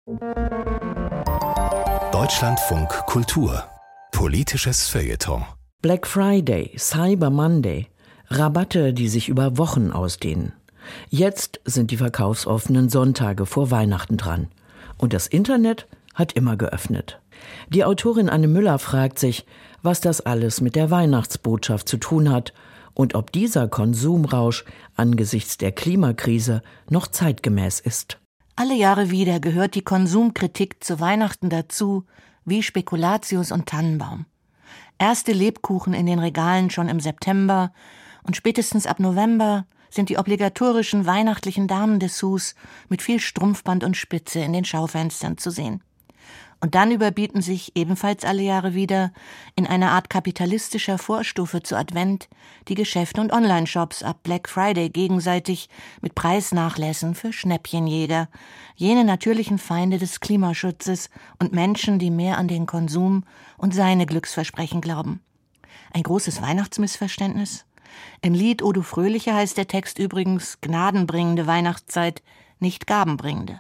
Deutschlandfunk Kultur. Politisches Feuilleton. Black Friday, Cyber Monday, Rabatte, die sich über Wochen ausdehnen. Jetzt sind die verkaufsoffenen Sonntage vor Weihnachten dran. Und das Internet hat immer geöffnet. Die Autorin Anne Müller fragt sich, was das alles mit der Weihnachtsbotschaft zu tun hat und ob dieser Konsumrausch angesichts der Klimakrise noch zeitgemäß ist. Alle Jahre wieder gehört die Konsumkritik zu Weihnachten dazu, wie Spekulatius und Tannenbaum. Erste Lebkuchen in den Regalen schon im September und spätestens ab November sind die obligatorischen weihnachtlichen Damendessous mit viel Strumpfband und Spitze in den Schaufenstern zu sehen. Und dann überbieten sich ebenfalls alle Jahre wieder in einer Art kapitalistischer Vorstufe zu Advent die Geschäfte und Online-Shops ab Black Friday gegenseitig mit Preisnachlässen für Schnäppchenjäger, jene natürlichen Feinde des Klimaschutzes und Menschen, die mehr an den Konsum und seine Glücksversprechen glauben. Ein großes Weihnachtsmissverständnis? Im Lied O du Fröhliche heißt der Text übrigens gnadenbringende Weihnachtszeit, nicht gabenbringende.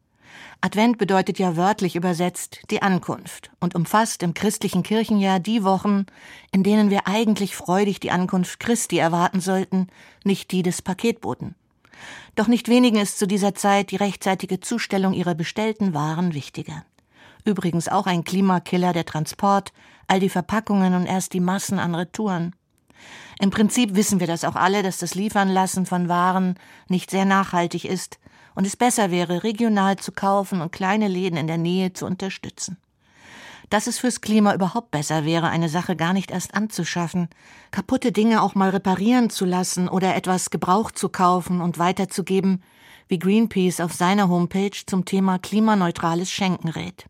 Advent bedeutet ja wörtlich übersetzt die Ankunft und umfasst im christlichen Kirchenjahr die Wochen, in denen wir eigentlich freudig die Ankunft Christi erwarten sollten, nicht die des Paketboten. Doch nicht wenigen ist zu dieser Zeit die rechtzeitige Zustellung ihrer bestellten Waren wichtiger. Übrigens auch ein Klimakiller der Transport, all die Verpackungen und erst die Massen an Retouren. Im Prinzip wissen wir das auch alle, dass das Liefernlassen von Waren nicht sehr nachhaltig ist und es besser wäre, regional zu kaufen und kleine Läden in der Nähe zu unterstützen. Dass es fürs Klima überhaupt besser wäre, eine Sache gar nicht erst anzuschaffen, kaputte Dinge auch mal reparieren zu lassen oder etwas gebraucht zu kaufen und weiterzugeben, wie Greenpeace auf seiner Homepage zum Thema klimaneutrales Schenken rät.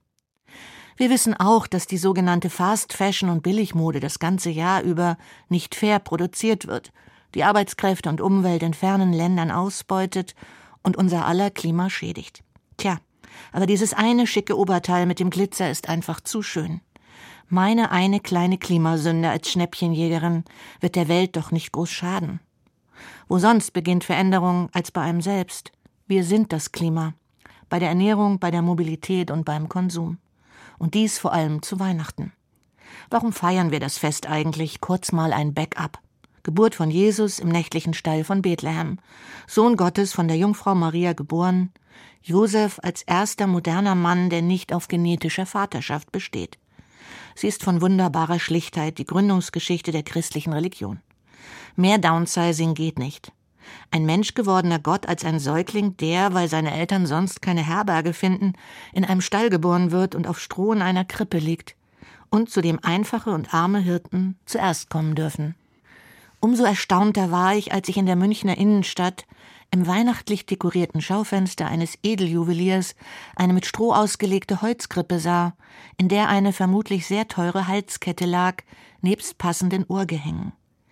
Wir wissen auch, dass die sogenannte Fast Fashion und Billigmode das ganze Jahr über nicht fair produziert wird, die Arbeitskräfte und Umwelt in fernen Ländern ausbeutet und unser aller Klima schädigt. Tja, aber dieses eine schicke Oberteil mit dem Glitzer ist einfach zu schön. Meine eine kleine Klimasünde als Schnäppchenjägerin wird der Welt doch nicht groß schaden. Wo sonst beginnt Veränderung als bei einem selbst? Wir sind das Klima. Bei der Ernährung, bei der Mobilität und beim Konsum. Und dies vor allem zu Weihnachten. Warum feiern wir das Fest eigentlich? Kurz mal ein Backup. Geburt von Jesus im nächtlichen Stall von Bethlehem. Sohn Gottes von der Jungfrau Maria geboren. Josef als erster moderner Mann, der nicht auf genetischer Vaterschaft besteht. Sie ist von wunderbarer Schlichtheit die Gründungsgeschichte der christlichen Religion. Mehr Downsizing geht nicht. Ein menschgewordener Gott als ein Säugling, der, weil seine Eltern sonst keine Herberge finden, in einem Stall geboren wird und auf Stroh in einer Krippe liegt. Und zu dem einfache und arme Hirten zuerst kommen dürfen. Umso erstaunter war ich, als ich in der Münchner Innenstadt im weihnachtlich dekorierten Schaufenster eines Edeljuweliers eine mit Stroh ausgelegte Holzkrippe sah, in der eine vermutlich sehr teure Halskette lag, nebst passenden Ohrgehängen.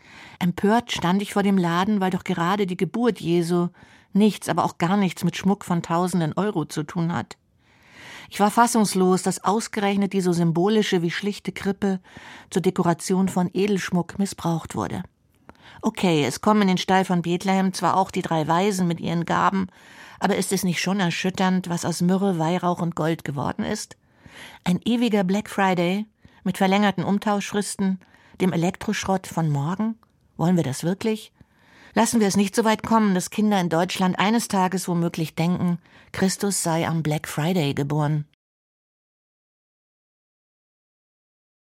Empört stand ich vor dem Laden, weil doch gerade die Geburt Jesu nichts, aber auch gar nichts mit Schmuck von tausenden Euro zu tun hat. Ich war fassungslos, dass ausgerechnet die so symbolische wie schlichte Krippe zur Dekoration von Edelschmuck missbraucht wurde. Okay, es kommen in den Stall von Bethlehem zwar auch die 3 Weisen mit ihren Gaben, aber ist es nicht schon erschütternd, was aus Myrrhe, Weihrauch und Gold geworden ist? Ein ewiger Black Friday mit verlängerten Umtauschfristen, dem Elektroschrott von morgen? Wollen wir das wirklich? Lassen wir es nicht so weit kommen, dass Kinder in Deutschland eines Tages womöglich denken, Christus sei am Black Friday geboren.